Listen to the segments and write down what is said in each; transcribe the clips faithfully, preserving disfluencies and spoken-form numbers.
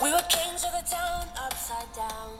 We were kings of the town, upside down.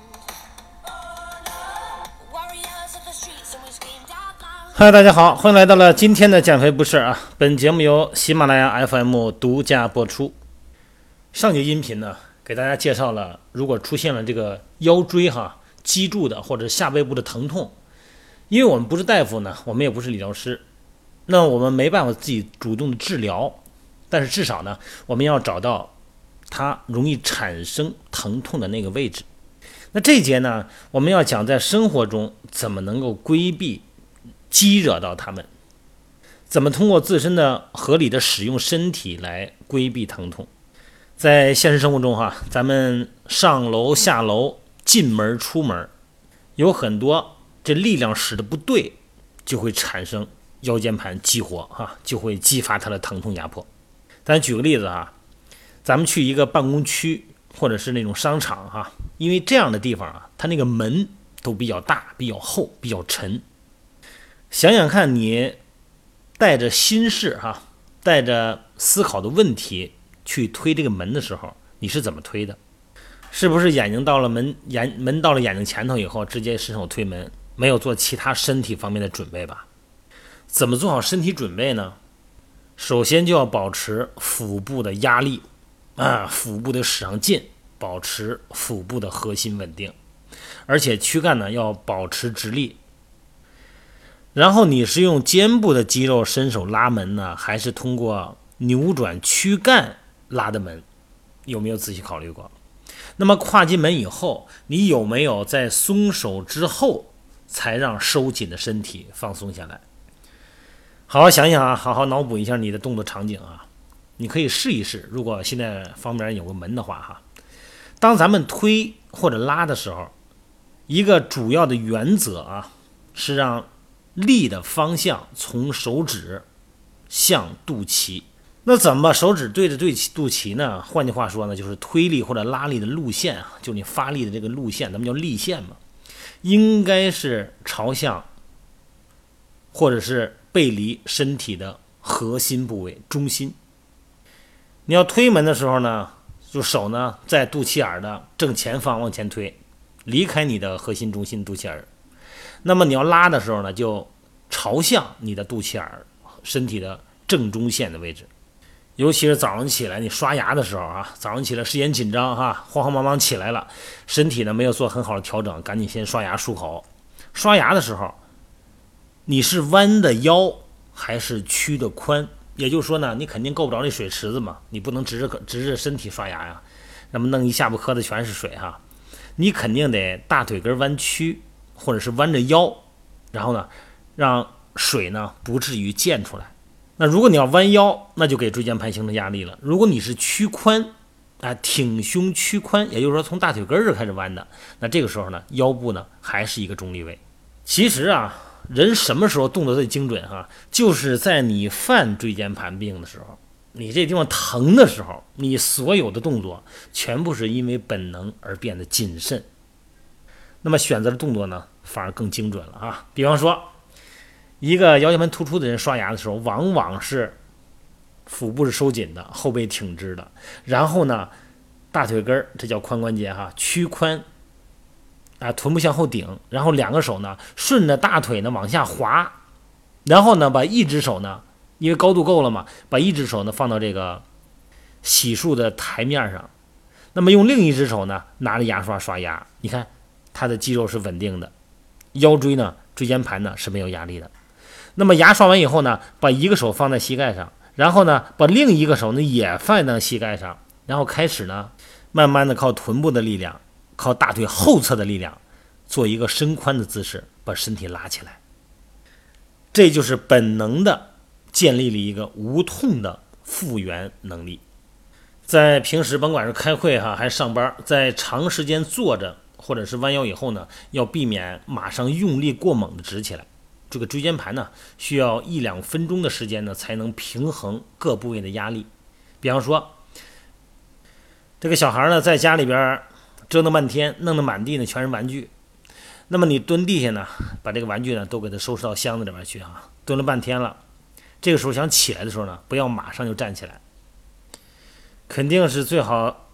Warriors of the streets, and we screamed out loud. 嗨，大家好，欢迎来到了今天的减肥不是啊。本节目由喜马拉雅 F M 独家播出。上节音频呢，给大家介绍了，如果出现了这个腰椎哈、脊柱的或者下背部的疼痛，因为我们不是大夫呢，我们也不是理疗师，那我们没办法自己主动的治疗，但是至少呢，我们要找到它容易产生疼痛的那个位置。那这一节呢，我们要讲在生活中怎么能够规避激惹到他们，怎么通过自身的合理的使用身体来规避疼痛。在现实生活中哈，咱们上楼下楼进门出门，有很多这力量使的不对，就会产生腰间盘激活哈，就会激发它的疼痛压迫。咱举个例子哈，咱们去一个办公区或者是那种商场哈，因为这样的地方啊，它那个门都比较大、比较厚、比较沉。想想看，你带着心事哈，带着思考的问题去推这个门的时候，你是怎么推的？是不是眼睛到了门眼门到了眼睛前头以后，直接伸手推门，没有做其他身体方面的准备吧？怎么做好身体准备呢？首先就要保持腹部的压力啊，腹部得使上劲，保持腹部的核心稳定，而且躯干呢要保持直立。然后你是用肩部的肌肉伸手拉门呢，还是通过扭转躯干拉的门？有没有仔细考虑过？那么跨进门以后，你有没有在松手之后才让收紧的身体放松下来？好好想想啊，好好脑补一下你的动作场景啊。你可以试一试，如果现在旁边有个门的话哈，当咱们推或者拉的时候，一个主要的原则啊，是让力的方向从手指向肚脐。那怎么手指对着对肚脐呢？换句话说呢，就是推力或者拉力的路线啊，就你发力的这个路线，咱们叫力线嘛，应该是朝向或者是背离身体的核心部位中心。你要推门的时候呢，就手呢在肚脐眼的正前方往前推，离开你的核心中心肚脐眼。那么你要拉的时候呢，就朝向你的肚脐眼身体的正中线的位置。尤其是早上起来你刷牙的时候啊，早上起来时间紧张哈，慌慌忙忙起来了，身体呢没有做很好的调整，赶紧先刷牙漱口。刷牙的时候，你是弯的腰还是屈的髋？也就是说呢，你肯定够不着那水池子嘛，你不能直着直着身体刷牙呀，那么弄一下巴磕的全是水哈。你肯定得大腿根弯曲，或者是弯着腰，然后呢，让水呢不至于溅出来。那如果你要弯腰，那就给椎间盘形成压力了。如果你是屈髋啊，挺胸屈髋，也就是说从大腿根儿开始弯的，那这个时候呢，腰部呢还是一个中立位。其实啊，人什么时候动作最精准哈？就是在你犯椎间盘病的时候，你这地方疼的时候，你所有的动作全部是因为本能而变得谨慎。那么选择的动作呢，反而更精准了啊。比方说，一个腰间盘突出的人刷牙的时候，往往是腹部是收紧的，后背挺直的，然后呢，大腿根这叫髋关节哈，屈髋啊，臀部向后顶，然后两个手呢顺着大腿呢往下滑，然后呢把一只手呢，因为高度够了嘛，把一只手呢放到这个洗漱的台面上，那么用另一只手呢拿着牙刷刷牙，你看它的肌肉是稳定的，腰椎呢椎间盘呢是没有压力的。那么牙刷完以后呢，把一个手放在膝盖上，然后呢把另一个手呢也放在膝盖上，然后开始呢慢慢的靠臀部的力量，靠大腿后侧的力量，做一个伸髋的姿势，把身体拉起来。这就是本能的建立了一个无痛的复原能力。在平时甭管是开会哈，还是上班，在长时间坐着或者是弯腰以后呢，要避免马上用力过猛的直起来。这个椎间盘呢，需要一两分钟的时间呢，才能平衡各部位的压力。比方说，这个小孩呢，在家里边折腾半天，弄得满地呢全是玩具。那么你蹲地下呢，把这个玩具呢都给它收拾到箱子里边去啊。蹲了半天了，这个时候想起来的时候呢，不要马上就站起来，肯定是最好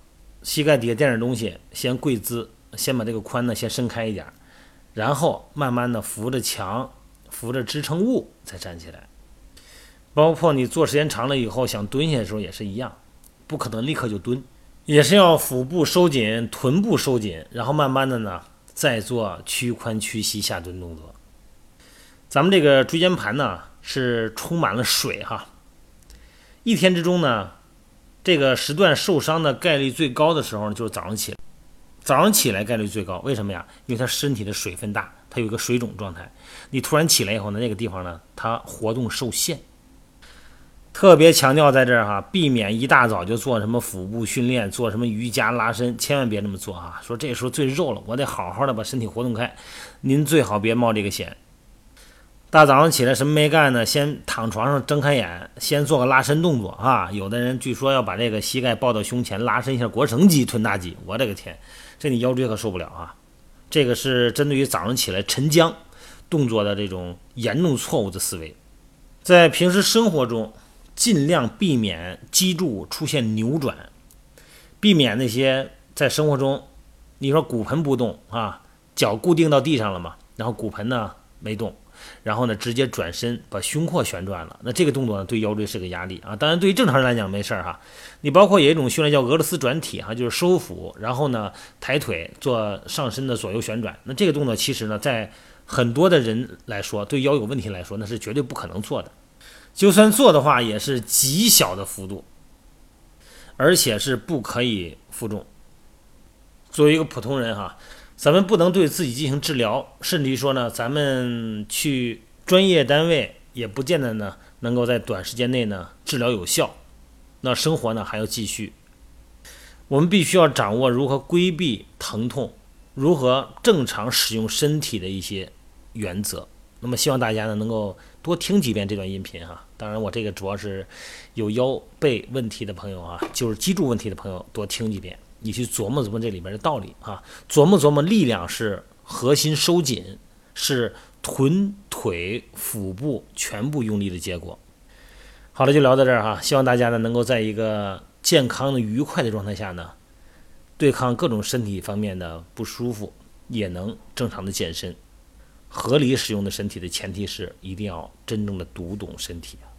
膝盖底下垫点东西，先跪姿，先把这个髋呢先伸开一点，然后慢慢的扶着墙，扶着支撑物再站起来。包括你坐时间长了以后想蹲下的时候也是一样，不可能立刻就蹲，也是要腹部收紧，臀部收紧，然后慢慢的呢再做屈髋屈膝下蹲动作。咱们这个椎间盘呢是充满了水哈，一天之中呢这个时段受伤的概率最高的时候就是早上起来，早上起来概率最高，为什么呀？因为它身体的水分大，它有一个水肿状态，你突然起来以后呢，那个地方呢它活动受限。特别强调在这儿哈，避免一大早就做什么腹部训练，做什么瑜伽拉伸，千万别这么做哈。说这时候最肉了，我得好好的把身体活动开，您最好别冒这个险。大早上起来什么没干呢？先躺床上睁开眼，先做个拉伸动作啊。有的人据说要把这个膝盖抱到胸前，拉伸一下腘绳肌、臀大肌。我的个天，这你腰椎可受不了啊！这个是针对于早上起来晨僵动作的这种严重错误的思维。在平时生活中，尽量避免脊柱出现扭转，避免那些在生活中，你说骨盆不动啊，脚固定到地上了嘛，然后骨盆呢没动，然后呢直接转身把胸廓旋转了，那这个动作呢对腰椎是个压力啊。当然对于正常人来讲没事哈，你包括有一种训练叫俄罗斯转体哈，就是收腹，然后呢抬腿做上身的左右旋转，那这个动作其实呢在很多的人来说，对腰有问题来说那是绝对不可能做的。就算做的话也是极小的幅度，而且是不可以负重。作为一个普通人哈，咱们不能对自己进行治疗，甚至于说呢咱们去专业单位也不见得呢能够在短时间内呢治疗有效，那生活呢还要继续。我们必须要掌握如何规避疼痛，如何正常使用身体的一些原则。那么希望大家呢能够多听几遍这段音频哈。当然我这个主要是有腰背问题的朋友啊，就是脊柱问题的朋友多听几遍，你去琢磨琢磨这里边的道理啊，琢磨琢磨力量是核心收紧，是臀腿腹部全部用力的结果。好了，就聊到这儿哈，希望大家呢能够在一个健康的愉快的状态下呢，对抗各种身体方面的不舒服，也能正常的健身。合理使用的身体的前提是一定要真正的读懂身体啊。